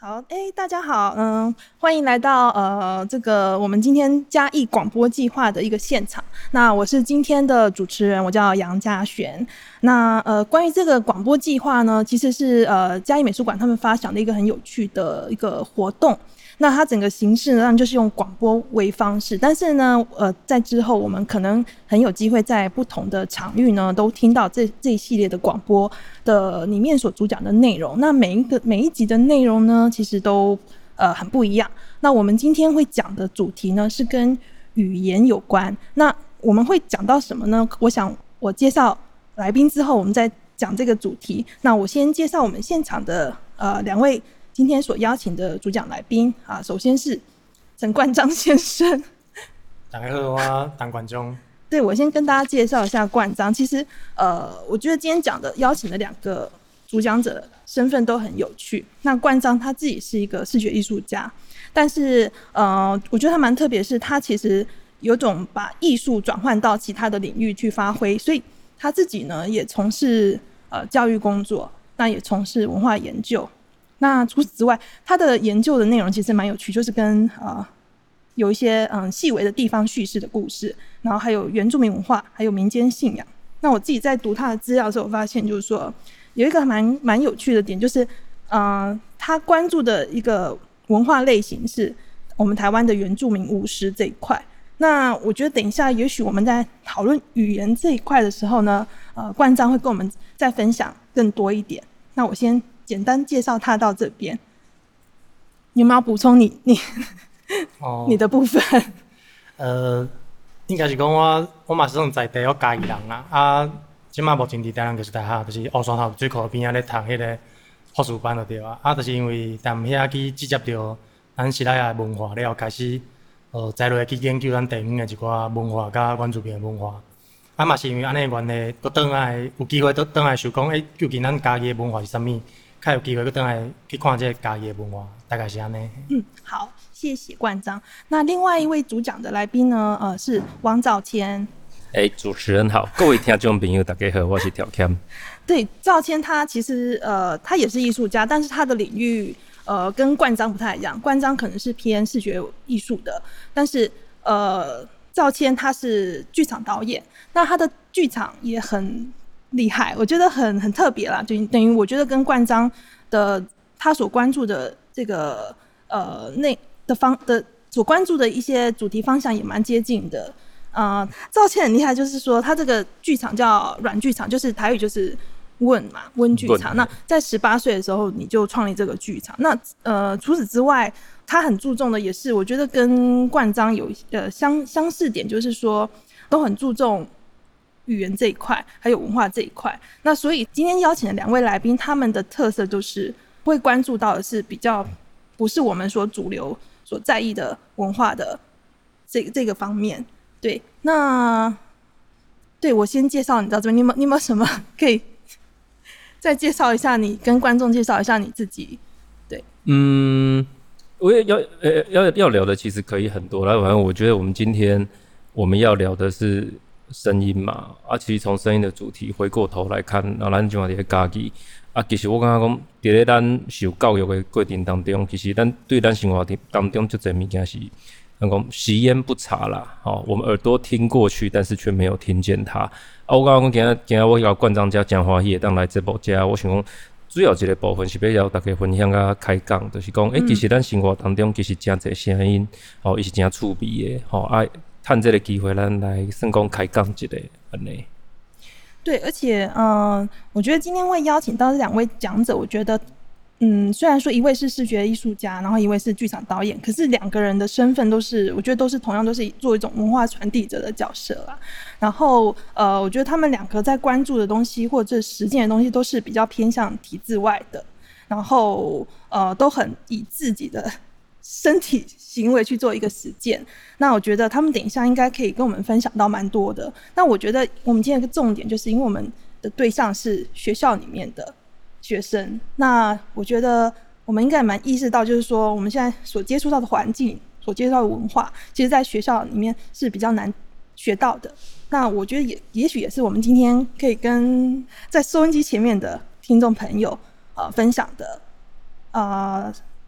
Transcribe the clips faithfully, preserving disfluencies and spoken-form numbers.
好，哎，大家好，嗯，欢迎来到呃这个我们今天嘉义广播计划的一个现场。那我是今天的主持人，我叫杨嘉璇。那呃，关于这个广播计划呢，其实是呃嘉义美术馆他们发想的一个很有趣的一个活动。那它整个形式呢，就是用广播为方式，但是呢，呃，在之后我们可能很有机会在不同的场域呢，都听到这这一系列的广播的里面所主讲的内容。那每一个每一集的内容呢，其实都呃很不一样。那我们今天会讲的主题呢，是跟语言有关。那我们会讲到什么呢？我想我介绍来宾之后，我们再讲这个主题。那我先介绍我们现场的呃两位今天所邀请的主讲来宾啊，首先是陈冠章先生。 大家好，我陈冠章。 对，我先跟大家介绍一下冠章。其实，呃，我觉得今天讲的邀请的两个主讲者身份都很有趣。那冠章他自己是一个视觉艺术家，但是，呃，我觉得他蛮特别，是他其实有种把艺术转换到其他的领域去发挥，所以他自己呢也从事呃教育工作，那也从事文化研究。那除此之外，他的研究的内容其实蛮有趣，就是跟呃有一些嗯细微的地方叙事的故事，然后还有原住民文化，还有民间信仰。那我自己在读他的资料的时候，我发现就是说有一个蛮蛮有趣的点，就是呃他关注的一个文化类型是我们台湾的原住民巫师这一块。那我觉得等一下，也许我们在讨论语言这一块的时候呢，呃，冠章会跟我们再分享更多一点。那我先简单介绍他到这边，你有没有补充你你、哦、你的部分？ 呃，应该是讲我我嘛是算在地我嘉义人啦，啊，即马目前伫台南艺术大学，就是乌山头水库边仔咧读迄个博士班就对啊，啊，就是因为踮遐去直接着咱时代的文化了后，开始呃再落去研究咱地方的一寡文化甲原住民的文化。啊嘛是因为安尼原呢，佫倒来有机会佫倒来想讲，诶、欸，究竟咱嘉义的文化是啥物？较有机会佫倒来去看这个嘉义的文化，大概是安尼。 嗯，好，谢谢冠章。那另外一位主讲的来宾呢，呃，是王兆谦。 哎、欸，主持人好，各位听众朋友大家好，我是条谦。 对，兆谦他其实呃，他也是艺术家，但是他的领域呃跟冠章不太一样。冠章可能是偏视觉艺术的，但是呃，兆谦他是剧场导演，那他的剧场也很厉害，我觉得很很特别啦，就等于我觉得跟冠章的他所关注的这个呃内的方的所关注的一些主题方向也蛮接近的。呃，兆谦很厉害，就是说他这个剧场叫软剧场，就是台语就是温嘛温剧场。那在十八岁的时候你就创立这个剧场。那呃除此之外，他很注重的也是我觉得跟冠章有呃相相似点，就是说都很注重语言这一块还有文化这一块。那所以今天邀请的两位来宾，他们的特色就是会关注到的是比较不是我们所主流所在意的文化的这个这个方面。对，那对我先介绍你到这边，你有没有你有没有什么可以再介绍一下你，跟观众介绍一下你自己？对， 嗯，我也要呃要要聊的其实可以很多啦，反正我觉得我们今天我们要聊的是声音嘛，啊，其实从声音的主题回过头来看，然后咱就在嘉义啊，其实我感觉讲，伫咧咱受教育的过程当中，其实咱对咱生活当中就这物件是。讲习焉不察啦，哦，我们耳朵听过去，但是却没有听见它。啊，我刚刚讲今日今日我甲冠章遮真欢喜，会当来节目遮，我想讲主要一个部分是要邀大家分享甲开讲，就是讲，诶、欸，其实咱生活当中其实真侪声音，哦，伊是真趣味的，吼、哦，啊，趁这个机会，咱来算讲开讲一个安尼。 对，而且，嗯、呃，我觉得今天会邀请到这两位讲者，我觉得。嗯，虽然说一位是视觉艺术家，然后一位是剧场导演，可是两个人的身份都是，我觉得都是同样都是做一种文化传递者的角色啦。然后，呃，我觉得他们两个在关注的东西或者实践的东西都是比较偏向体制外的，然后呃，都很以自己的身体行为去做一个实践。那我觉得他们等一下应该可以跟我们分享到蛮多的。那我觉得我们今天有一个重点，就是因为我们的对象是学校里面的学生，那我觉得我们应该也蛮意识到，就是说我们现在所接触到的环境，所接触到的文化，其实在学校里面是比较难学到的。那我觉得也也许也是我们今天可以跟在收音机前面的听众朋友呃分享的呃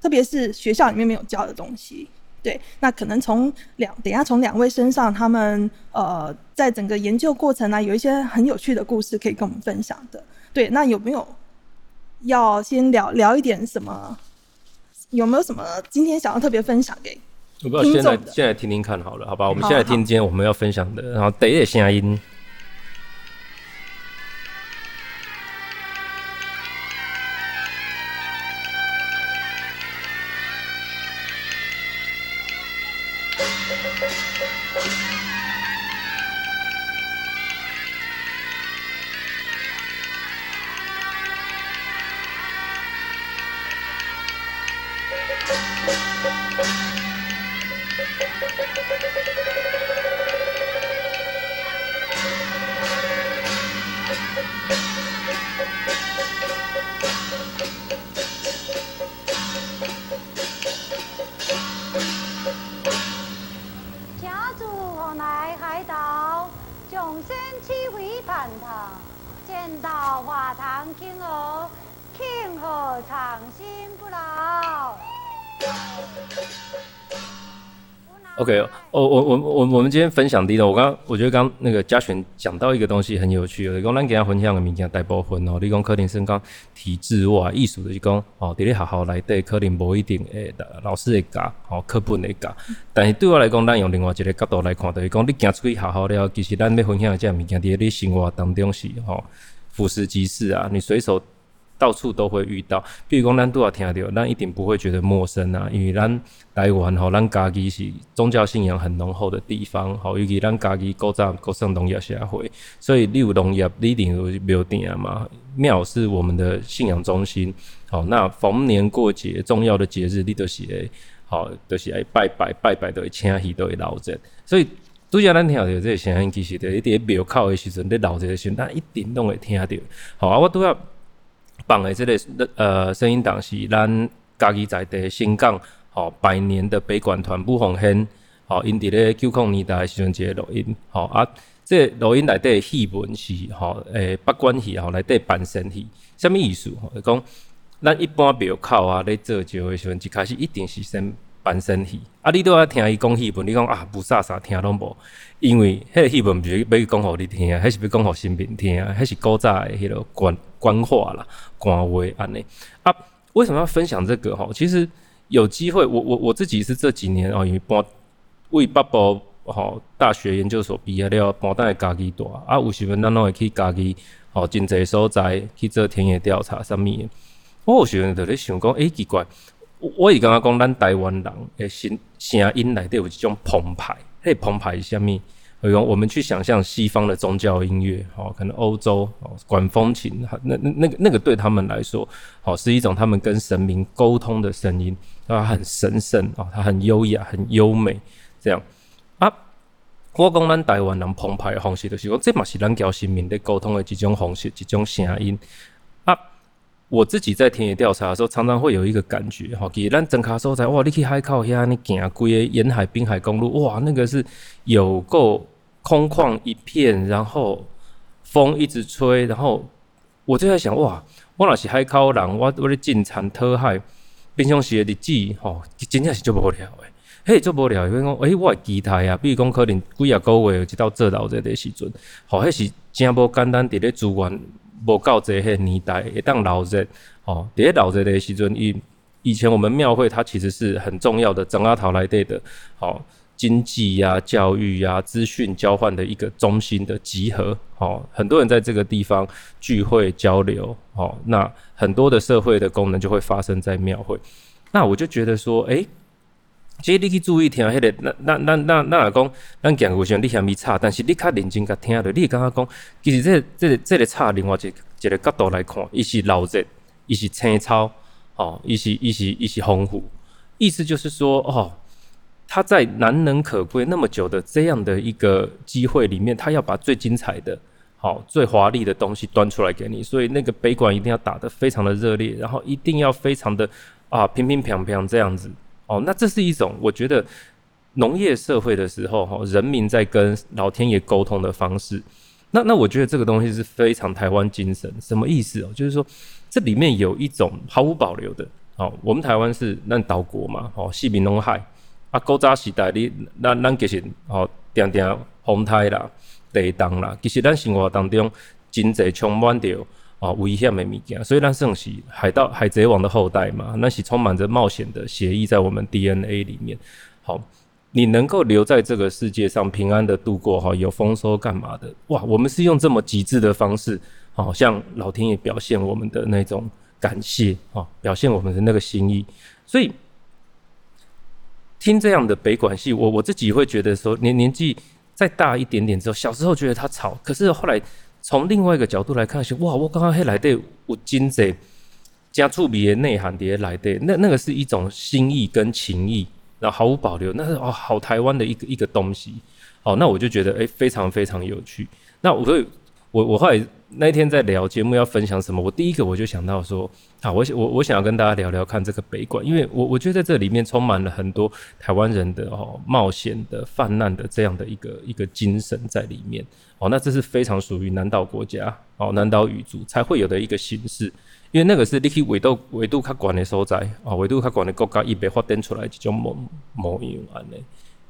特别是学校里面没有教的东西。对，那可能从两等一下从两位身上，他们呃在整个研究过程啊，有一些很有趣的故事可以跟我们分享的。对，那有没有要先聊聊一点什么？有没有什么今天想要特别分享给我不知道，先来先来听听看好了，好吧？我们先来听今天我们要分享的，然后第一个声音。OK， 哦，我我我我们今天分享第一个，我刚刚我觉得刚那个嘉璇讲到一个东西很有趣，就是讲咱今天分享的物件大部分哦，你讲可能是讲体制外艺术就是讲哦，伫咧学校内底可能无一定会老师会教，哦课本会教，但是对我来讲，咱用另外一个角度来看，就是讲你行出去学校了，其实咱要分享的这物件，伫咧你生活当中是哦俯拾即是啊，你随手到处都会遇到。比如讲，咱拄仔听到，咱一定不会觉得陌生啊，因为咱台湾吼，咱家己是宗教信仰很浓厚的地方，吼，尤其咱家己古早古算农业社会，所以你有农业，你一定有庙埕嘛。庙是我们的信仰中心，好，那逢年过节重要的节日，你都是会，好，都、就是会拜拜，拜拜都会请戏，都会闹热，所以。拄则咱听到这个声音，其实就一伫庙口的时阵，咧闹热的时阵，咱一定拢会听到。好啊，我拄仔放的这个呃声音档是咱家己在地新港吼、哦、百年的北管团不红hen，吼因伫咧九零年代的时阵一个录音，吼、哦、啊，这个录音内底戏文是吼诶北管戏吼内底扮身戏，什么意思？吼、就讲咱一般庙口啊咧做招的时阵，一开始一定是先扮身戏，啊，你都要听伊讲戏文，你讲啊，不啥啥听拢无，因为迄个戏文不是要讲互你听，迄是要讲互新民听，迄是古早的迄个官官话啦、官话安尼。啊，为什么要分享这个？吼，其实有机会，我我我自己是这几年哦，因为搬为北部吼大学研究所毕业了，搬到家己住，啊，有时阵咱拢会去家己吼真侪所在去做田野调查啥物的。我有时阵就咧想讲，诶、欸，奇怪。我是感觉讲，咱台湾人的声声音内底有一种澎湃，迄个澎湃是啥物？比如讲，我们去想象西方的宗教音乐，哦，可能欧洲哦管风琴，那那那个那个对他们来说，哦是一种他们跟神明沟通的声音，它很神圣哦，它很优雅、很优美，这样啊。我讲咱台湾人澎湃的方式，就是讲，这嘛是咱交神明在沟通的一种方式，一种声音啊。我自己在田野调查的时候，常常会有一个感觉，哈，其实咱整卡所在，哇，你去海口遐，你行规个沿海滨海公路，哇，那个是有够空旷一片，然后风一直吹，然后我就在想，哇，我若是海口人，我我咧进产讨海，平常时的日子，吼，真正是足无聊的。嘿，足无聊，因为讲，诶、欸，我的期待啊，比如讲，可能几啊个月一到做老热的时阵，吼，迄是真无简单，伫咧资源。无够济迄年代会当闹热哦，伫咧闹热的时阵，以以前我们庙会它其实是很重要的整阿头内底的，哦，经济呀、啊、教育呀、啊、资讯交换的一个中心的集合，哦，很多人在这个地方聚会交流，哦，那很多的社会的功能就会发生在庙会。那我就觉得说，诶、欸。其实你去注意听迄、那个，那那那那那若讲，咱讲有时候你嫌伊吵，但是你较认真甲听着，你会感觉讲，其实这这这个吵，另外一个一个角度来看，伊是闹热，伊是青草，哦，伊是伊是伊是丰富，意思就是说，哦，他在难能可贵那么久的这样的一个机会里面，他要把最精彩的、好、最华丽的东西端出来给你，所以那个北管一定要打得非常的热烈，然后一定要非常的啊乒乒乓乓这样子。哦，那这是一种我觉得农业社会的时候，人民在跟老天爷沟通的方式。那那我觉得这个东西是非常台湾精神，什么意思哦？就是说这里面有一种毫无保留的哦，我们台湾是咱岛国嘛，哦，四面拢海。啊，古早时代你咱咱其实哦，定定风台啦、地动啦，其实咱生活当中真侪充满着哦危险的物件，所以咱算是海盗海贼王的后代嘛，那是充满着冒险的血液在我们 D N A 里面。好，你能够留在这个世界上平安的度过，哈，有丰收干嘛的？哇，我们是用这么极致的方式，好向老天爷表现我们的那种感谢，哈，表现我们的那个心意，所以。听这样的北管系，我我自己会觉得说，年年纪再大一点点之后，小时候觉得他吵，可是后来从另外一个角度来看，是哇，我刚刚黑来的有真侪加触笔的内涵的来的，那那个是一种心意跟情谊，然后毫无保留，那是哦好台湾的一个一个东西，哦，那我就觉得哎、欸、非常非常有趣。那我会我我后来那一天在聊节目要分享什么，我第一个我就想到说，啊，我我我想要跟大家聊聊看这个北管，因为我我觉得在这里面充满了很多台湾人的哦冒险的泛滥的这样的一个一个精神在里面，哦，那这是非常属于南岛国家哦南岛语族才会有的一个形式，因为那个是你去纬度纬度较悬的所在啊，纬度较悬的国家，伊袂发展出来这种模模样安尼。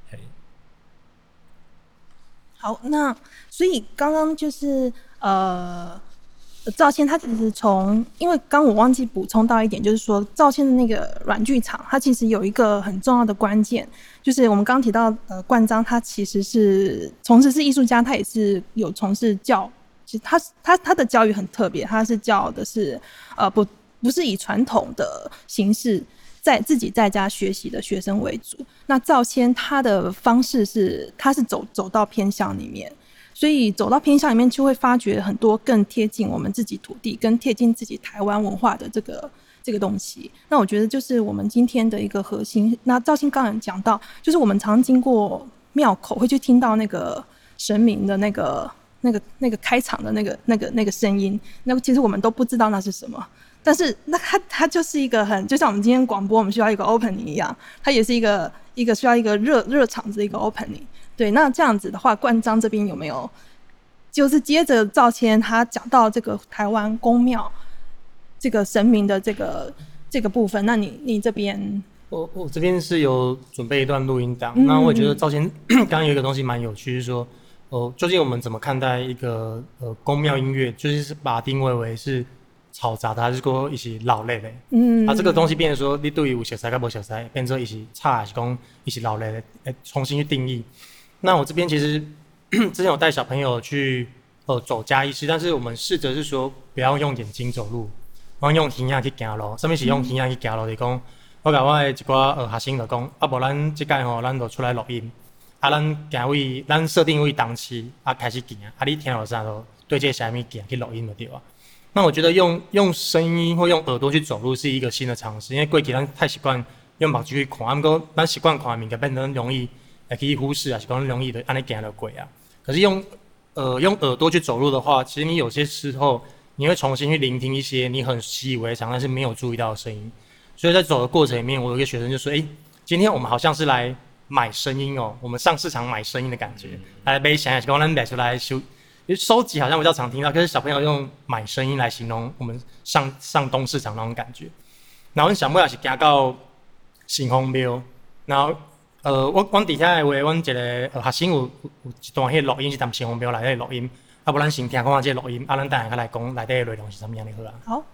好，那所以刚刚就是呃，赵谦他其实从，因为刚我忘记补充到一点，就是说赵谦的那个软剧场，它其实有一个很重要的关键，就是我们刚提到呃冠章，他其实是从事是艺术家，他也是有从事教，其实他他他的教育很特别，他是教的是呃不不是以传统的形式。在自己在家学习的学生为主，那赵谦他的方式是，他是走走到偏乡里面，所以走到偏乡里面就会发掘很多更贴近我们自己土地、更贴近自己台湾文化的这个这个东西。那我觉得就是我们今天的一个核心。那赵谦刚才讲到，就是我们常经过庙口会去听到那个神明的那个、那个、那个开场的那个、那个、那个声音，那其实我们都不知道那是什么。但是那它它就是一个很，就像我们今天广播我们需要一个 opening 一样，它也是一个一个需要一个热热场子的一个 opening。对，那这样子的话，冠章这边有没有就是接着赵谦他讲到这个台湾宫庙这个神明的这个这个部分，那你你这边？ 我我这边是有准备一段录音档，嗯、那我也觉得赵谦刚刚有一个东西蛮有趣，就是说，哦、呃，究竟我们怎么看待一个呃宫庙音乐，就是把它定位为是。嘈杂的还是说一起老类的，嗯，啊，这个东西变成说你对于有熟悉跟无熟悉，变成一起差还是讲一起老类的，哎，重新去定义。那我这边其实之前有带小朋友去呃走嘉义市，但是我们试着是说不要用眼睛走路，然后用耳仔去行路。什么是用耳仔去行路？就是讲我甲我的一寡呃学生就讲，啊，无咱即届吼，咱就出来录音，啊，咱行位咱设定位档期，啊开始行，啊你听到啥都对这啥物行去录音就对啊。那我觉得用用声音或用耳朵去走路是一个新的尝试，因为过去咱太习惯用目睭去看，啊，不过咱习惯看的物件变成容易会去忽视啊，是讲容易的安尼行就过啊。可是用呃用耳朵去走路的话，其实你有些时候你会重新去聆听一些你很习以为常但是没有注意到的声音。所以在走的过程里面，我有一个学生就说：“哎、欸，今天我们好像是来买声音哦，我们上市场买声音的感觉，来买声音是讲咱买出来收。”因为收集好像比较常听到，可是小朋友用买声音来形容我们上上东市场那种感觉。然后想不了是行到新丰庙，然后呃，我我底下的话，阮一个呃学生有有一段迄录音是踮新丰庙内底录音，啊，不然先听看下这个录音，啊，咱等下来讲内底的内容是啥物样的好啊。 好。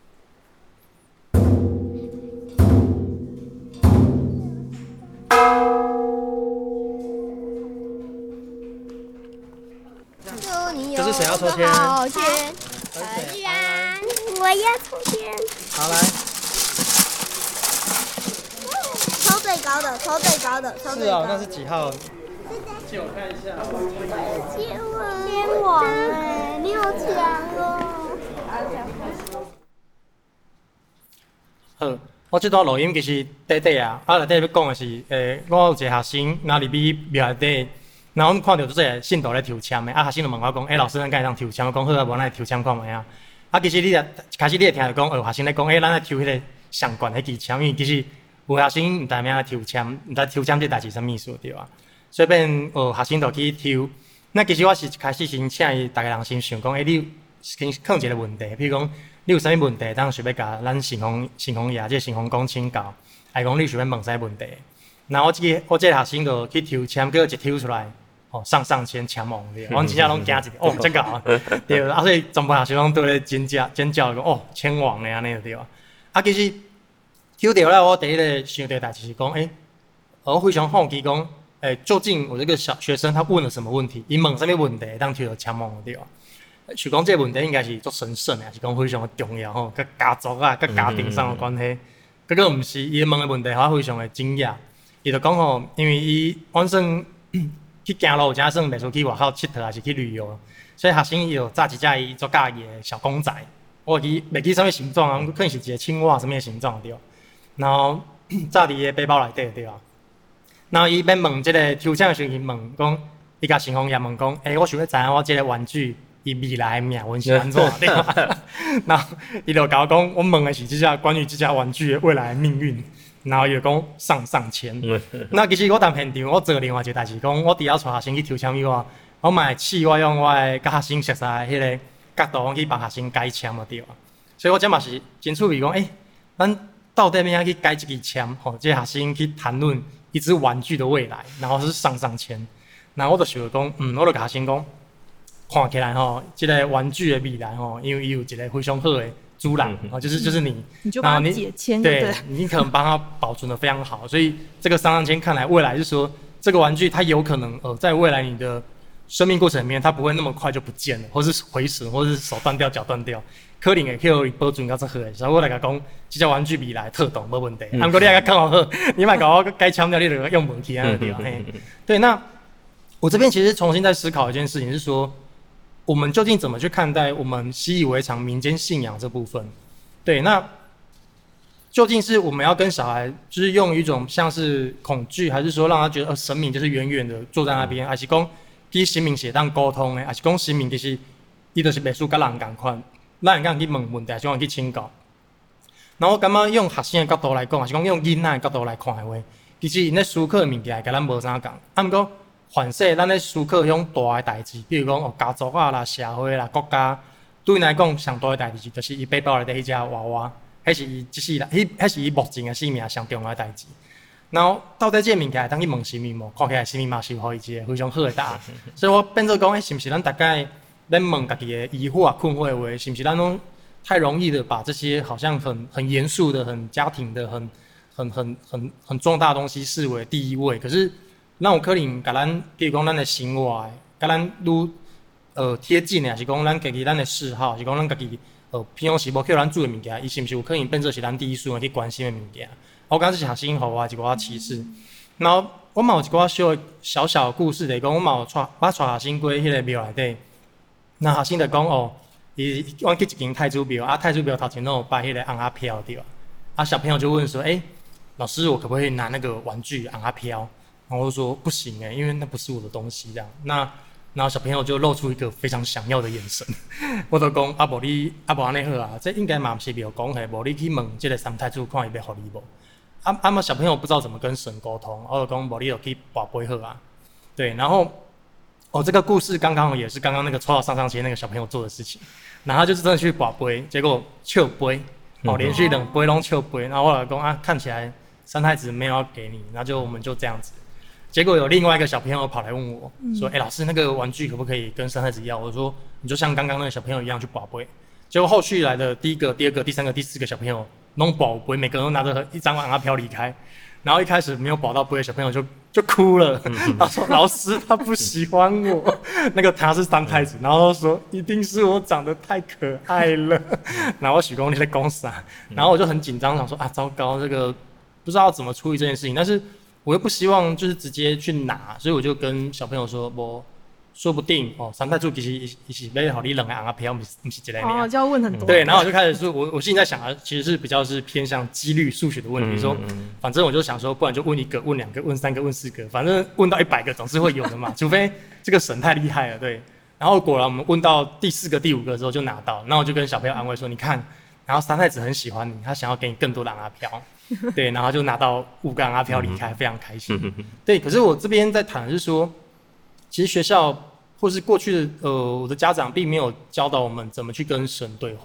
这是谁要抽签？ 好签，可以啊，我要抽签。 好来， 抽最高的，抽最高的，抽最高的。 是哦，那是几号？借我看一下。 天王，天王哎，你好强哦！ 好，我这段录音其实短短啊，啊内底要讲的是，诶，我有一个学生，然后入去庙内底。然后我们看到这个信徒咧抽签的，啊，学生就问我讲：“诶、欸，老师，咱敢会当抽签？”我讲：“好啊，无咱来抽签看卖啊。”啊，其实你也开始你也听到讲，呃，学生咧讲：“诶、欸，咱来抽迄个上悬迄支签，因为其实有学生毋知影抽签，毋知抽签这代志啥物意思对吧？所以变呃学生就去抽。那其实我是开始先请伊大家人先想讲：“诶、欸，你先放一个问题，比如讲， 你有啥物问题，当想要甲咱神风神风爷即神风讲请教，还讲你想要问啥问题。然后我即、这个我即个学生就去抽签，结果一抽出来，哦上上签签王对，我真正拢惊一个，哦真搞，对，啊所以全部学生拢对咧尖叫尖叫讲哦签王的安尼对啊。啊其实抽到了，我第一个想到的代志是讲，诶、欸，我非常好奇讲，诶、欸，究竟我这个小学生他问了什么问题？伊问啥物问题，当抽到签王对啊。想讲这个问题应该是足神圣的，是讲非常的重要吼，甲家族啊、甲家庭上的关系。结果毋是，伊问的问题，我非常的惊讶。伊就讲吼，因为伊反正去行路，加算袂出去外口佚佗，还是去旅游，所以學生伊就炸一只伊足介意的小公仔。我记袂记啥物形状啊，可能是一个青蛙什物形状对。然后炸伫个背包内底对啊。然后伊要问即个抽签的时候，伊问讲，伊甲神风也问讲，诶、欸，我想要知影我即个玩具。伊未来的命运是安怎对吧？然后伊就甲我讲，我问的是这只关于这只玩具的未来的命运。然后伊就讲上上签。那其实我当现场，我做另外一个代志，讲我伫遐带学生去抽签以外，我嘛会试我用我的甲学生熟悉的迄个角度去帮学生改签嘛对啊。所以我这嘛是真趣味讲，诶、欸，咱到底要怎去改这支签？吼，这个学生去谈论一只玩具的未来，然后是上上签。然后我就想讲，嗯，我就甲学生讲。看起来吼，这个玩具的未来吼，因为伊有一个非常好的主人，哦、嗯，就是就是你， 你就帮他解签， 对， 对你可能帮他保存的非常好，所以这个上上签看来未来是说，这个玩具它有可能呃，在未来你的生命过程里面，它不会那么快就不见了，或是毁损，或是手断掉、脚断掉，可能会去保存到这好的。所以我来甲讲，这只玩具未来特懂没问题。啊，不过你还刚好好，你莫甲我改签了，你就用问题啊对吧？嘿，对，那我这边其实重新在思考一件事情是说。我们究竟怎么去看待我们习以为常民间信仰这部分？对，那究竟是我们要跟小孩，就是用一种像是恐惧，还是说让他觉得呃神明就是远远的坐在那边，还是讲跟神明是当沟通的，还是讲神明其实伊就是袂输甲人共款，咱人敢去问问题，还是讲去请教？然后我感觉用学生的角度来讲，还是讲用囡仔的角度来看的话，其实因咧思考的物件，甲咱无啥共，啊毋过。反射咱咧思考种大诶代志，比如讲哦家族啊啦、社会啦、国家，对因来讲上大诶代志，就是伊背包内底迄只娃娃，迄是伊即世人，迄迄是伊目前诶生命上重要诶代志。然后到底即个物件当去问神明无？看起来神明嘛是互伊一个非常好诶答案。所以我变做讲，诶，是毋是咱大概咧问家己诶疑惑啊、困惑诶话，是毋是咱拢太容易的把这些好像很很严肃的、很家庭的、很很很很很重大的东西视为第一位？可是。咱有可能甲咱，比如讲咱的生活，甲咱愈呃贴近的，是讲咱家己咱的嗜好，是讲咱家己呃平常时无叫咱做的物件，伊是毋是有可能变做是咱第一顺位去关心的物件？我感觉是学生互我一寡启示。然后我嘛有一寡小小小的故事来讲，我嘛有带我带学生过迄个庙内底，那学生就讲哦，伊我去一间太子庙，啊太子庙头前拢有摆迄个红阿飘对吧？啊小朋友就问说，诶、欸，老师我可不可以拿那个玩具红阿飘？然后我就说不行哎、欸，因为那不是我的东西这样。那然后小朋友就露出一个非常想要的眼神。我就讲啊，无你啊无安尼好啊，这应该嘛不是庙讲的，无你去问这个三太子看伊要互你无。啊啊嘛小朋友不知道怎么跟神沟通，我就讲无你就去跋杯好啊。对，然后哦这个故事刚刚好也是刚刚那个抽到上上签那个小朋友做的事情，然后他就是真的去跋杯，结果笑杯，哦连续两杯拢笑杯，然后我就讲啊看起来三太子没有要给你，然后就我们就这样子。结果有另外一个小朋友跑来问我说：“哎、欸，老师，那个玩具可不可以跟三太子要？”我说：“你就像刚刚那个小朋友一样去宝贝。”结果后续来的第一个、第二个、第三个、第四个小朋友弄宝贝，每个人都拿着一张红阿飘离开。然后一开始没有保到杯的小朋友就就哭了，他说：“老师，他不喜欢我。”那个他是三太子，然后说：“一定是我长得太可爱了。”然后许公你在讲啥？然后我就很紧张，想说：“啊，糟糕，这个不知道怎么处理这件事情。”但是我又不希望就是直接去拿，所以我就跟小朋友说：“我说不定哦，三太子其实伊是要互你两个红阿飘，不是不是一个尔。” 哦，就要问很多。 对，然后我就开始说，我我现在想的其实是比较是偏向几率数学的问题，嗯、说反正我就想说，不然就问一个、问两个、问三个、问四个，反正问到一百个总是会有的嘛，除非这个神太厉害了，对。然后果然我们问到第四个、第五个的时候就拿到，那我就跟小朋友安慰说：“你看，然后三太子很喜欢你，他想要给你更多的红阿飘。”对，然后就拿到五个红阿飘离开，非常开心。对，可是我这边在谈的是说，其实学校或是过去的呃我的家长并没有教导我们怎么去跟神对话。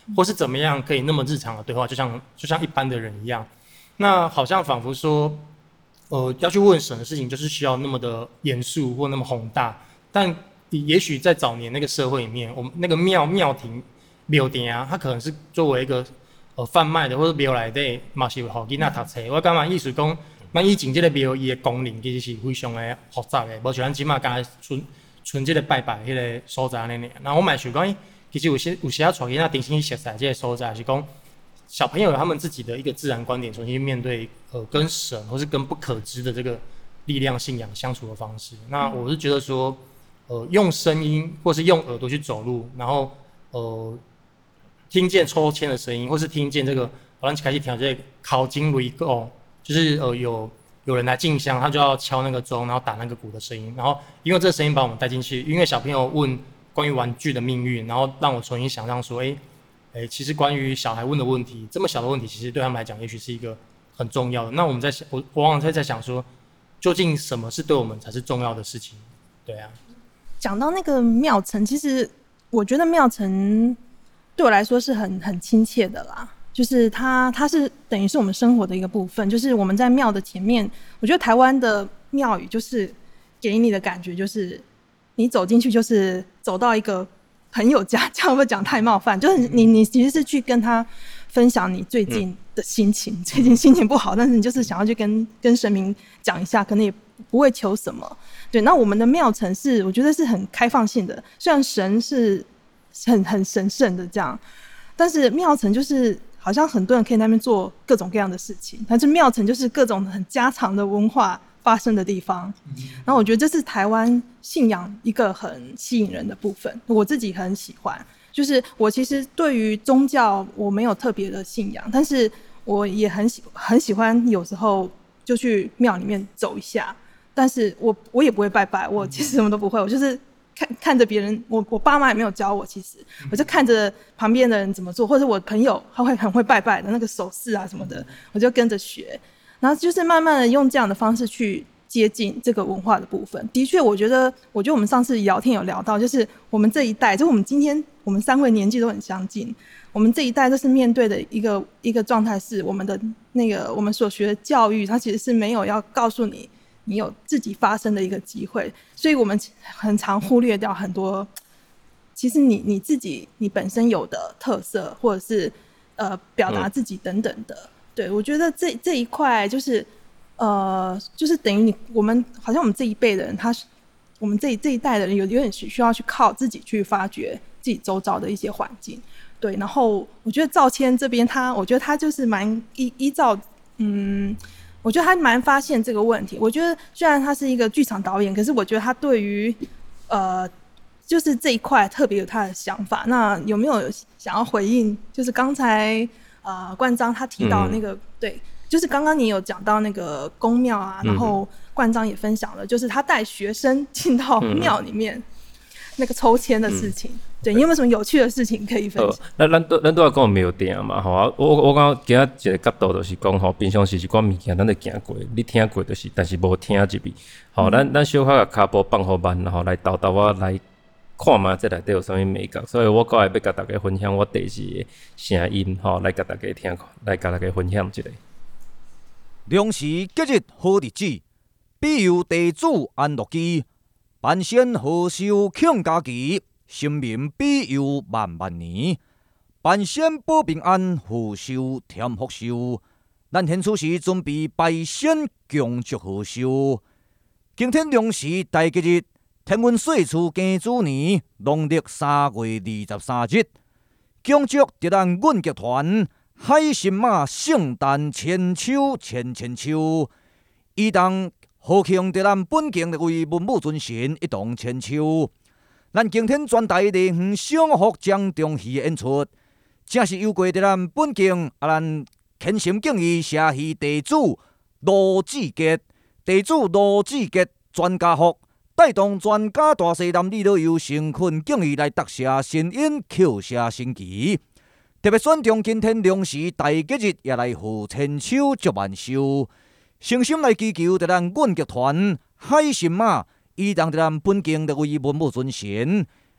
或是怎么样可以那么日常的对话，就像就像一般的人一样。那好像仿佛说，呃，要去问神的事情，就是需要那么的严肃或那么宏大。但也许在早年那个社会里面，我们那个庙庙庭庙店啊，它可能是作为一个呃贩卖的或者庙内底嘛是有互囡仔读册。我感觉意思讲，咱以前这个庙伊的功能其实是非常的复杂的，无像咱即马刚才纯纯这个拜拜迄个所在安尼。然后我嘛想讲，其实有些有时啊，带囡仔重新去熟悉这个所在，是讲小朋友有他们自己的一个自然观点，重新面对呃跟神或是跟不可知的这个力量信仰相处的方式。那我是觉得说，呃，用声音或是用耳朵去走路，然后呃听见抽签的声音，或是听见这个，好像开始听这个考经雷哦，就是呃有有人来进香，他就要敲那个钟，然后打那个鼓的声音，然后因为这个声音把我们带进去，因为小朋友问关于玩具的命运，然后让我重新想象说，哎、欸。欸、其实关于小孩问的问题，这么小的问题，其实对他们来讲，也许是一个很重要的。那我们在想，我我往往在在想说，究竟什么是对我们才是重要的事情？对啊。 讲到那个庙城，其实我觉得庙城对我来说是很很亲切的啦。就是它它是等于是我们生活的一个部分。就是我们在庙的前面，我觉得台湾的庙宇就是给你的感觉，就是你走进去就是走到一个。朋友家，这样会不会讲太冒犯？就是你，你其实是去跟他分享你最近的心情，嗯、最近心情不好，但是你就是想要去跟跟神明讲一下，可能也不会求什么。对，那我们的庙城是，我觉得是很开放性的，虽然神是很很神圣的这样，但是庙城就是好像很多人可以在那边做各种各样的事情，但是庙城就是各种很家常的文化发生的地方。然后我觉得这是台湾信仰一个很吸引人的部分，我自己很喜欢。就是我其实对于宗教我没有特别的信仰，但是我也很喜很喜欢有时候就去庙里面走一下，但是我我也不会拜拜，我其实什么都不会，我就是看看着别人，我我爸妈也没有教我，其实我就看着旁边的人怎么做，或者我朋友他会很会拜拜的那个手势啊什么的，我就跟着学。然后就是慢慢的用这样的方式去接近这个文化的部分。的确我觉得我觉得我们上次聊天有聊到，就是我们这一代，就我们今天我们三位年纪都很相近，我们这一代都是面对的一个一个状态，是我们的那个我们所学的教育，它其实是没有要告诉你你有自己发声的一个机会，所以我们很常忽略掉很多其实你你自己你本身有的特色，或者是呃表达自己等等的。嗯，对，我觉得这这一块就是，呃，就是等于你我们好像我们这一辈的人，他是我们这一这一代的人有有点需要去靠自己去发掘自己周遭的一些环境。对，然后我觉得赵谦这边他，我觉得他就是蛮依依照，嗯，我觉得他蛮发现这个问题。我觉得虽然他是一个剧场导演，可是我觉得他对于呃，就是这一块特别有他的想法。那有没有想要回应？就是刚才。呃，冠章他提到那个、嗯、对，就是刚刚你有讲到那个宫庙啊，然后冠章也分享了，就是他带学生进到庙里面、嗯、那个抽签的事情。嗯、对，你有没有什么有趣的事情可以分享？ 那咱都咱都要讲庙店嘛，吼啊！我我刚今仔一个角度就是讲吼，平常时是讲物件，咱就行过，你听过就是，但是无听入去。好，咱咱小可甲骹步放好慢，然后来豆豆啊来。看嘛，这内底有啥物美感，所以我过来要甲大家分享我第四个声音，吼，来甲大家听，来甲大家分享一下。 良时吉日好日子，庇佑地主安乐基，万仙贺寿庆家期，神明庇佑万万年，万仙保平安，福寿添福寿。咱现此时准备拜仙恭祝贺寿，今天良时大吉日。天文岁次庚子年农历三月二十三日，恭祝着咱阮剧团海神马圣诞千秋千千秋，伊当贺庆着咱本境的为文武尊神一同千秋。咱今天全台地方享福将中戏演出，正是有过着咱本境啊，咱虔诚敬意社戏地主罗志杰，地主罗志杰专家福。带动全家大细男女老幼诚恳敬意来答谢神恩，叩谢神旗。特别选中今天良时大吉日，也来贺千秋祝万寿，诚心来祈求着咱阮剧团海神马，伊当着咱本境的为文武尊神，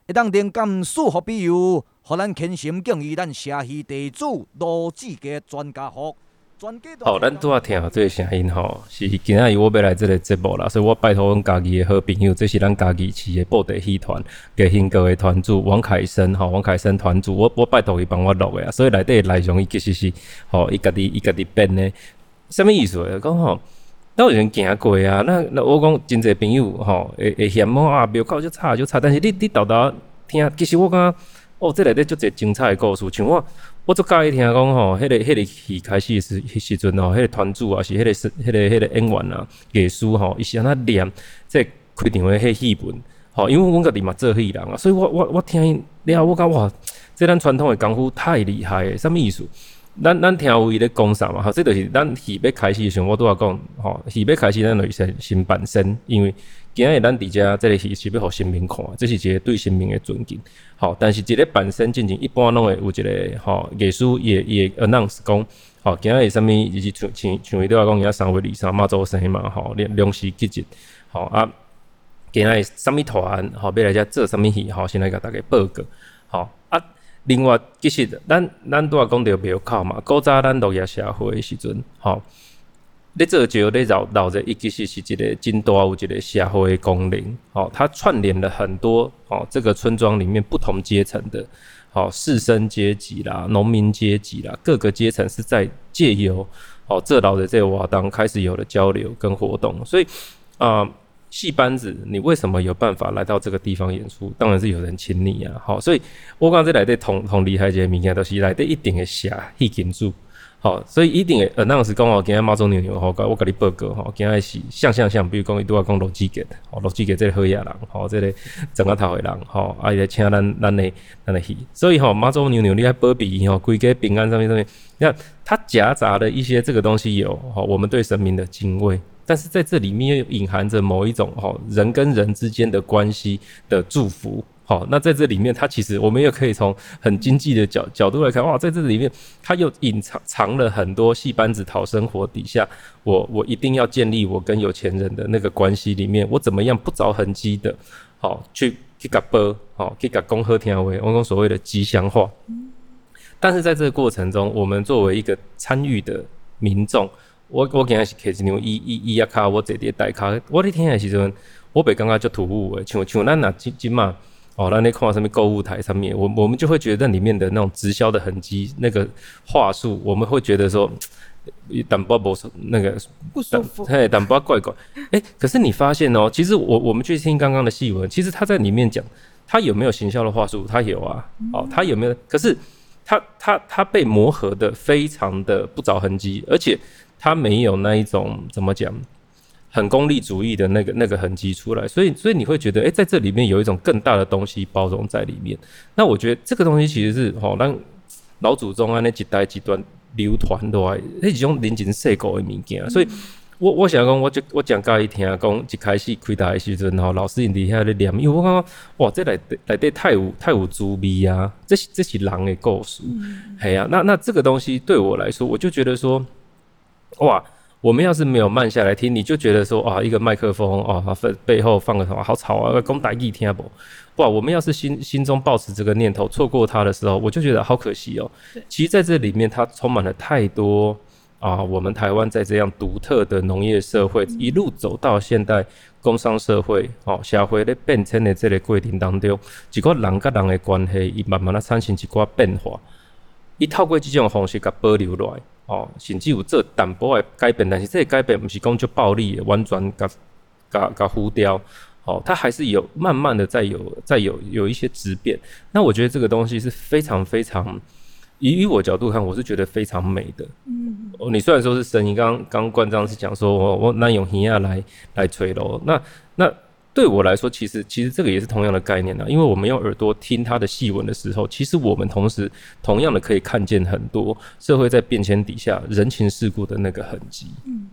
会当灵感祝福庇佑，互咱虔诚敬意咱社戏地主罗志杰专家服。 好，咱拄仔听到这个声音吼，是今仔日我要来这个节目啦，所以我拜托阮家己的好朋友，这是咱家己市的布袋戏团嘅兴歌的团主王凯生吼，王凯生团主，我我拜托伊帮我录的啊，所以内底内容伊其实是吼，伊家己伊家己编的，什么意思？讲吼，咱有人行过啊，那那我讲真侪朋友吼，会会嫌我啊，庙口就差就差，但是你你豆豆听，其实我感觉哦，这内底足侪精彩的故事，像我。我最介意听讲吼，迄个迄个戏开始时时阵吼，迄个团主啊，是迄个迄个迄个演员啊，艺师吼，伊是安怎念即开场的迄戏文，吼，因为阮家己嘛做戏人啊，所以我我我听了，我感哇，这咱传统的功夫太厉害诶，什么意思？咱咱听有伊咧讲啥嘛？吼，这就是咱戏要开始的时候，我拄仔讲吼，戏要开始咱就是先先扮身，因为今日咱伫遮这个戏是要互神明看，这是一个对神明的尊敬。好，但是一个扮身进前，一般拢会有一个吼艺术也也 announce 讲，吼今日啥物，就是像像像伊拄仔讲，今三月二三妈祖生嘛，吼龙时吉日，吼啊，今日啥物团，吼要来遮做啥物戏，吼先来甲大家报告，吼啊。另外，其实咱咱拄仔讲到庙口嘛，古早咱农业社会的时阵，吼，咧做桥咧绕绕着，伊其实是一个真大有一个社会的功能，吼，它串联了很多吼这个村庄里面不同阶层的，吼士绅阶级啦、农民阶级啦，各个阶层是在借由哦这老的这个活动开始有了交流跟活动，所以啊。呃戏班子，你为什么有办法来到这个地方演出？当然是有人请你啊！好，所以我刚才来对同同厉害一个物件，都是来对一定会写戏金主，好，所以一定会 announce 讲哦，今日妈祖娘娘吼，我甲你报告吼，今日是像像像，比如讲伊拄仔讲罗志杰，吼罗志杰这个好野人，吼这个整个头的人，吼啊伊来请咱咱的咱的戏，所以吼妈祖娘娘你来保庇吼，规家平安上面上面，你看它夹杂了一些这个东西有，吼我们对神明的敬畏。但是在这里面又隐含着某一种吼人跟人之间的关系的祝福，好，那在这里面，它其实我们也可以从很经济的角角度来看，哇，在这里面它又隐藏藏了很多戏班子讨生活底下，我我一定要建立我跟有钱人的那个关系里面，我怎么样不着痕迹的，好去去甲播，好去甲讲好听话，我讲所谓的吉祥话。但是在这个过程中，我们作为一个参与的民众。我我今日是摕一张椅椅椅仔骹，我坐伫台骹。我咧听的时阵，我袂感觉足突兀的，像像咱若今今嘛，哦，咱咧看什么购物台上面，我我们就会觉得那里面的那种直销的痕迹，那个话术，我们会觉得说，淡薄无那个不舒服， 嘿，淡薄怪怪。哎、欸，可是你发现哦，其实我我们去听刚刚的戏文，其实他在里面讲，他有没有行销的话术？他有啊，哦，他有没有？可是他他他被磨合的非常的不着痕迹，而且。他没有那一种怎么讲，很功利主义的那个那个痕迹出来，所以所以你会觉得，哎、欸，在这里面有一种更大的东西包容在里面。那我觉得这个东西其实是吼，让老祖宗啊那一代一段流传落来，那是种人情世故的物件。所以我我想讲，我就我讲介意听讲，一开始开台的时阵吼，老师因伫遐咧念，因为我感觉哇，这内内底太有太有滋味啊，这是这是人的故事，系、嗯、啊。那那这个东西对我来说，我就觉得说。哇，我们要是没有慢下来听，你就觉得说啊，一个麦克风啊，背后放个什么好吵啊，讲台语听不？哇，我们要是心心中抱持这个念头，错过它的时候，我就觉得好可惜哦。其实在这里面，它充满了太多啊，我们台湾在这样独特的农业社会、嗯、一路走到现代工商社会，哦，社会咧变迁的这个过程当中，一个人跟人的关系，伊慢慢的产生一寡变化，伊透过这种方式甲保留落来。哦，甚至有做淡薄的改变，但是这个改变不是讲就暴力的，完全甲甲甲忽掉。哦，它还是有慢慢的在有在有有一些质变。那我觉得这个东西是非常非常，以以我角度看，我是觉得非常美的。嗯，哦，你虽然说是声音，刚刚刚冠章是讲说我我拿用耳仔来来吹咯，那那。对我来说，其实其实这个也是同样的概念啊，因为我们用耳朵听它的戏文的时候，其实我们同时同样的可以看见很多社会在变迁底下人情世故的那个痕迹。嗯，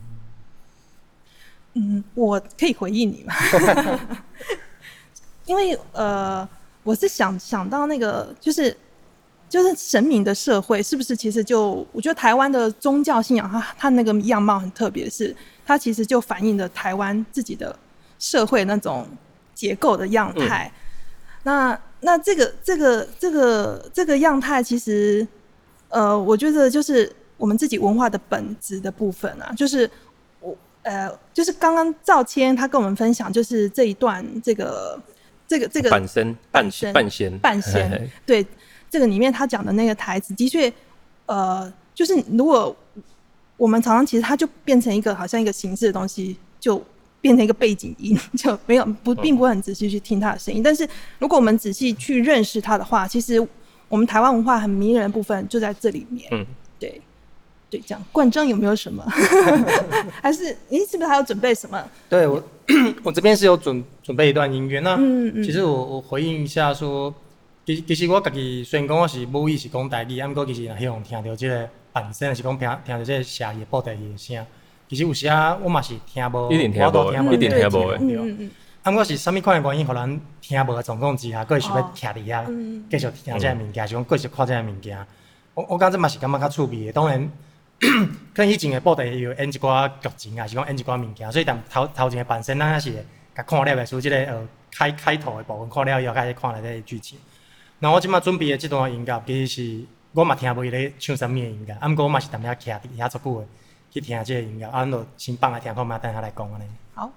嗯，我可以回应你吗？因为呃，我是想想到那个就是就是神明的社会，是不是其实就我觉得台湾的宗教信仰它它那个样貌很特别，是它其实就反映了台湾自己的。社会那种结构的样态、嗯， 那那这个这个这个这个样态，其实呃，我觉得就是我们自己文化的本质的部分啊，就是我呃，就是刚刚赵谦他跟我们分享，就是这一段这个这个这个半身半身半仙半仙，对，这个里面他讲的那个台词，的确，呃，就是如果我们常常其实它就变成一个好像一个形式的东西，就变成一个背景音，就没有不并不会很仔细去听它的声音。但是如果我们仔细去认识它的话，其实我们台湾文化很迷人的部分就在这里面。嗯，对，对，这样。冠章有没有什么？还是你是不是还有准备什么？ 对我，我这边是有准准备一段音乐。那嗯嗯其实我我回应一下说，其其实我家己虽然讲我是母语是讲台语，啊，不过其实若希望听到这个本身是讲听听到这个社语布袋戏的声。其实有时啊，我嘛是听无， 一定听无，一定听无的。 嗯嗯啊，我是啥物款的原因，互咱听无的状况之下，佫会想要徛伫遐，继续听这个物件，是讲继续看这个物件。我我感觉嘛是感觉较趣味的。当然，可能以前的布袋戏有演一寡剧情啊，是讲演一寡物件，所以但头头前的本身咱也是会甲看了的，属即个呃开开头的部分看了以后，开始看内底剧情。那我即摆准备的这段音乐，其实是我嘛听无伊咧唱啥物的音乐，啊，毋过我嘛是踮遐徛伫遐足久的。去听这个音乐，啊，咱就先放来听看，嘛等下来讲安尼。 好。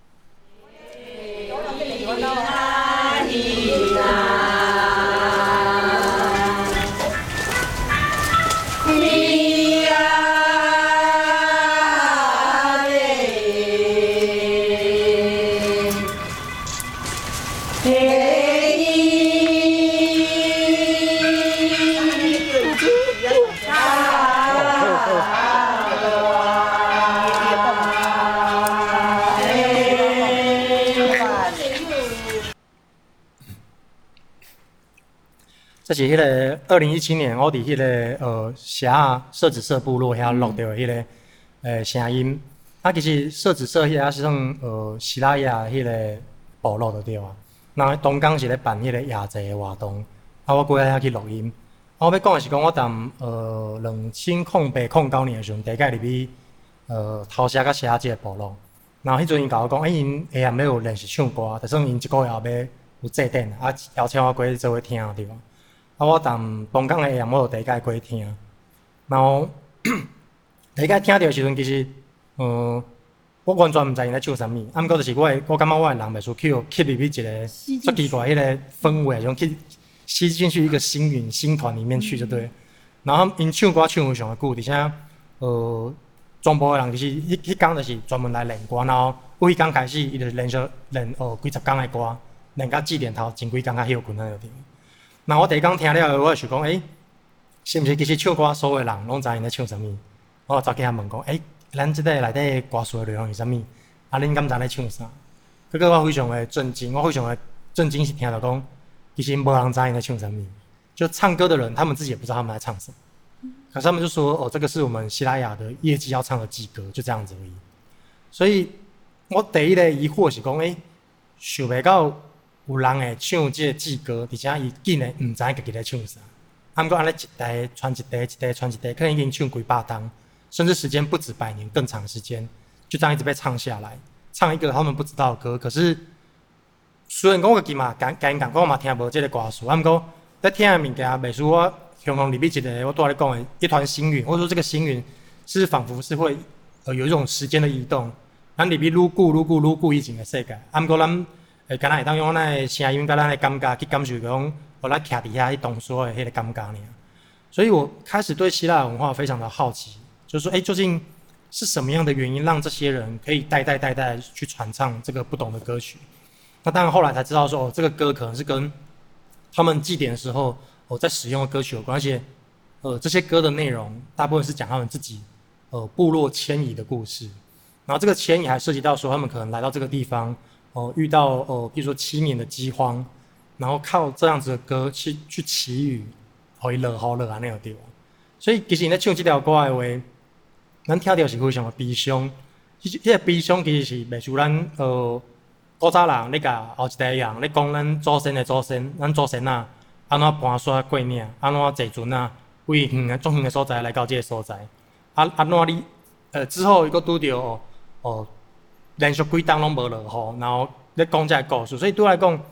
这是迄个二零一七年我伫迄个呃霞社子社部落遐录到的迄个呃声音。啊，其实社子社遐是算呃西拉雅迄个部落就对啊。那东港是咧办迄个亚节活动，啊，我过来遐去录音。啊，我要讲的是讲，我踮呃两千零八零九年的时阵，第一届入去呃头社甲霞即个部落。然后迄阵因甲我讲，哎，因下暗要有练习唱歌，就算因一个月后要有祭典，啊，邀请我过去做伙听对吧？啊，我踮东港的下暗，我就第一届过去听。然后第一届听到的时阵，其实，呃，我完全毋知因咧唱啥物。啊，毋过就是我的，我感觉我的人袂输去吸入去一个足奇怪迄个氛围，种去吸进去一个星云星团里面去就对。然后因唱歌唱非常的久，而且呃，全部的人就是迄迄工就是专门来练歌，然后有迄工开始，伊就连续练呃几十工的歌，练到祭典头前几工较休困安尼就对。那我第一工听了，我就想讲，诶、欸，是毋是其实唱歌所有的人拢知因咧唱啥物？我走去遐问讲，诶、欸，咱即个内底歌词的内容是啥物？啊，恁敢知咧唱啥？结果我非常的震惊，我非常的震惊是听到讲，其实无人知因咧唱啥物。就唱歌的人，他们自己也不知道他们在唱什么，可是他们就说，哦，这个是我们西拉雅的业绩要唱的祭歌，就这样子而已。所以，我第一个疑惑是讲，诶、欸，想袂到。有人会唱这个祭歌，而且伊竟然毋知家己咧唱啥。啊，毋过安尼一代传一代，一代传一代，可能已经唱几百档，甚至时间不止百年，更长的时间，就这样一直被唱下来，唱一个他们不知道的歌。可是虽然讲我家己嘛，敢敢讲，我嘛听无这个歌词，啊，毋过在听的物件，袂输我雄雄入去一个我拄仔咧讲的一团星云，或者说这个星云是仿佛是会呃有一种时间的移动，咱入去愈久愈久愈久以前的世界，啊，毋过咱。诶，敢若会当用咱的声音，甲咱的感觉去感受讲，我咱徛伫遐去动所的迄个感觉尔。所以我开始对希腊文化非常的好奇，就是说，诶、欸，究竟是什么样的原因让这些人可以代代代代去传唱这个不懂的歌曲？那当然后来才知道说，哦，这个歌可能是跟他们祭典的时候哦在使用的歌曲有关，而且呃这些歌的内容大部分是讲他们自己呃部落迁移的故事，然后这个迁移还涉及到说他们可能来到这个地方。哦，遇到哦，比如说七年的饥荒，然后靠这样子的歌去去祈雨，互伊落雨落安尼个对。所以其实你咧唱这条歌的话，咱听到是非常的悲伤。迄迄个悲伤其实是袂输咱呃古早人咧甲后一代人咧讲咱祖先的祖先，咱祖先啊安怎搬山过岭，安怎坐船啊，为远个种远的所在来到这个所在，啊安怎你呃之后伊佫拄着哦。哦连续几档拢无落雨，然后咧讲这个故事，所以对我来讲，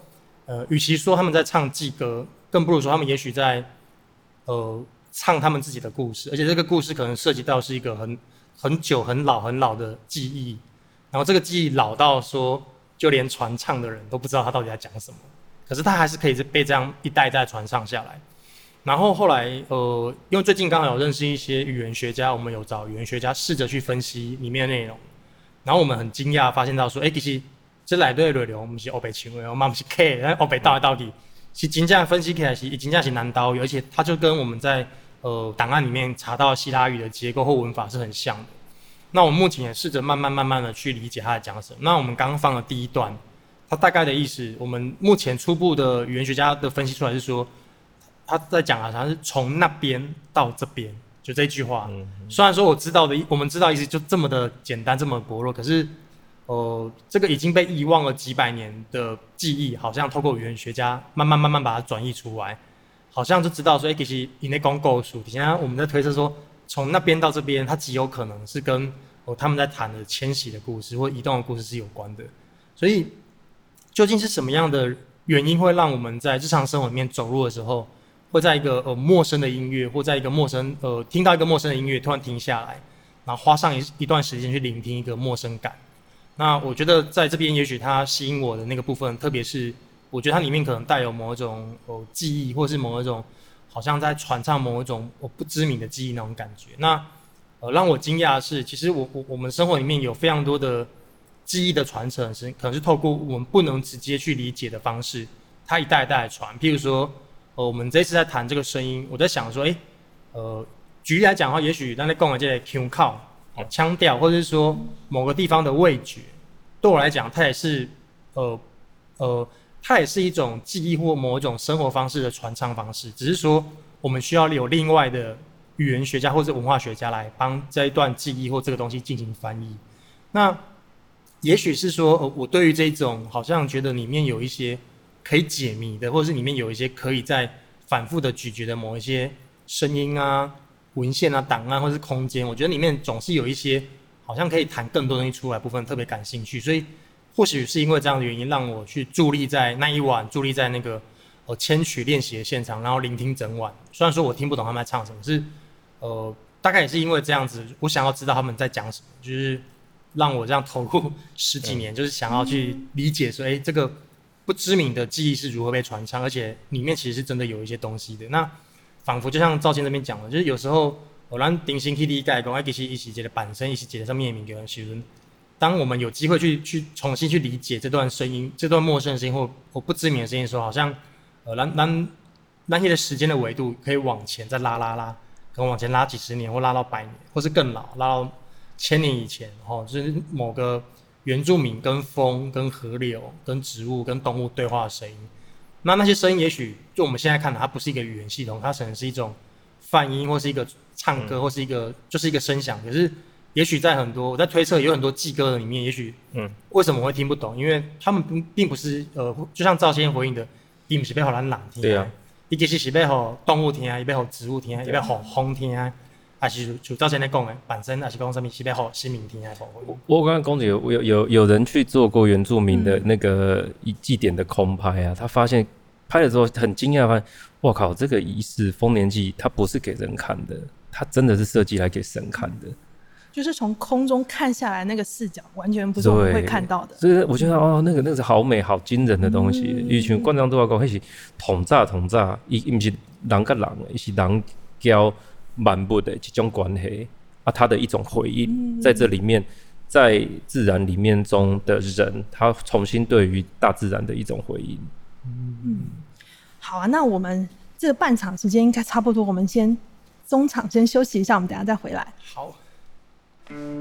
呃，与其说他们在唱祭歌，更不如说他们也许在呃唱他们自己的故事，而且这个故事可能涉及到是一个很很久、很老、很老的记忆，然后这个记忆老到说，就连传唱的人都不知道他到底在讲什么，可是他还是可以被这样一代一代传唱下来。然后后来，呃，因为最近刚好有认识一些语言学家，我们有找语言学家试着去分析里面的内容，然后我们很惊讶发现到说，哎，其实这内底的内容不是黑白唱的，嘛不是假的，黑白到底到底是真正分析起来是真正是南岛语，而且它就跟我们在呃档案里面查到希腊语的结构或文法是很像的。那我们目前也试着慢慢慢慢的去理解他在讲什么。那我们刚刚放的第一段，它大概的意思，我们目前初步的语言学家的分析出来是说，他在讲啊，他是从那边到这边，就这句话。嗯、虽然说我知道的，我们知道意思就这么的简单，这么薄弱，可是，呃，这个已经被遗忘了几百年的记忆，好像透过语言学家慢慢慢慢把它转译出来，好像就知道说，哎、欸，其实以内讲故事，现在我们在推测说，从那边到这边，它极有可能是跟哦他们在谈的迁徙的故事或移动的故事是有关的。所以，究竟是什么样的原因会让我们在日常生活里面走路的时候，会在一个呃陌生的音乐，或在一个陌生呃听到一个陌生的音乐，突然停下来，然后花上一一段时间去聆听一个陌生感。那我觉得在这边，也许它吸引我的那个部分，特别是我觉得它里面可能带有某一种呃记忆，或是某一种好像在传唱某一种我不知名的记忆那种感觉。那呃让我惊讶的是，其实我我我们生活里面有非常多的记忆的传承，是可能是透过我们不能直接去理解的方式，它一代一代的传。譬如说。呃，我们这次在谈这个声音，我在想说，哎、欸，呃，举例来讲的话，也许咱在讲的这个腔口、腔调，或者是说某个地方的味觉，对我来讲，它也是，呃，呃，它也是一种记忆或某一种生活方式的传唱方式。只是说，我们需要有另外的语言学家或者文化学家来帮这一段记忆或这个东西进行翻译。那也许是说，呃，我对于这种好像觉得里面有一些可以解谜的，或者是里面有一些可以在反复的咀嚼的某一些声音啊、文献啊、档案或是空间，我觉得里面总是有一些好像可以谈更多东西出来的部分，特别感兴趣。所以或许是因为这样的原因，让我去伫立在那一晚，伫立在那个呃千曲练习的现场，然后聆听整晚。虽然说我听不懂他们在唱什么，是呃大概也是因为这样子，我想要知道他们在讲什么，就是让我这样投入十几年，就是想要去理解说，哎、欸，这个不知名的记忆是如何被传唱，而且里面其实是真的有一些东西的。那仿佛就像赵谦这边讲的，就是有时候我让定心去理解，讲哎，其实一起节的bản身，一起节的上面名的时阵，当我们有机会去去重新去理解这段声音，这段陌生的声音或或不知名的声音的时候，好像呃，咱咱那些的时间的维度可以往前再拉拉拉，可能往前拉几十年，或拉到百年，或是更老，拉到千年以前，哦，就是某个原住民跟风、跟河流、跟植物、跟动物对话的声音。那那些声音，也许就我们现在看的，它不是一个语言系统，它可能是一种泛音，或是一个唱歌，嗯、或是一个就是一个声响。可是，也许在很多我在推测，有很多祭歌的里面，也许嗯，为什么我会听不懂？因为他们并并不是呃，就像赵先回应的，伊不是要让人听， 对啊， 伊其实是要让动物听，伊要让植物听，伊要让风听。还是就照现在讲的本身，还是讲什么是要好新民听还是我我刚刚公主有有有有人去做过原住民的那个祭典的空拍啊，他发现拍的时候很惊讶，发现哇靠，这个仪式丰年祭它不是给人看的，它真的是设计来给神看的。 就是从空中看下来那个视角，完全不是我们会看到的。 所以我觉得哦，那个那个是好美、好惊人的东西。一群观众都要讲，那是统炸统炸，伊不是人跟人，伊是人交。万物的这种关系啊，它的一种回应，在这里面，在自然里面中的人，他重新对于大自然的一种回应。 嗯，好啊，那我们这个半场时间应该差不多，我们先中场先休息一下，我们等一下再回来。 好。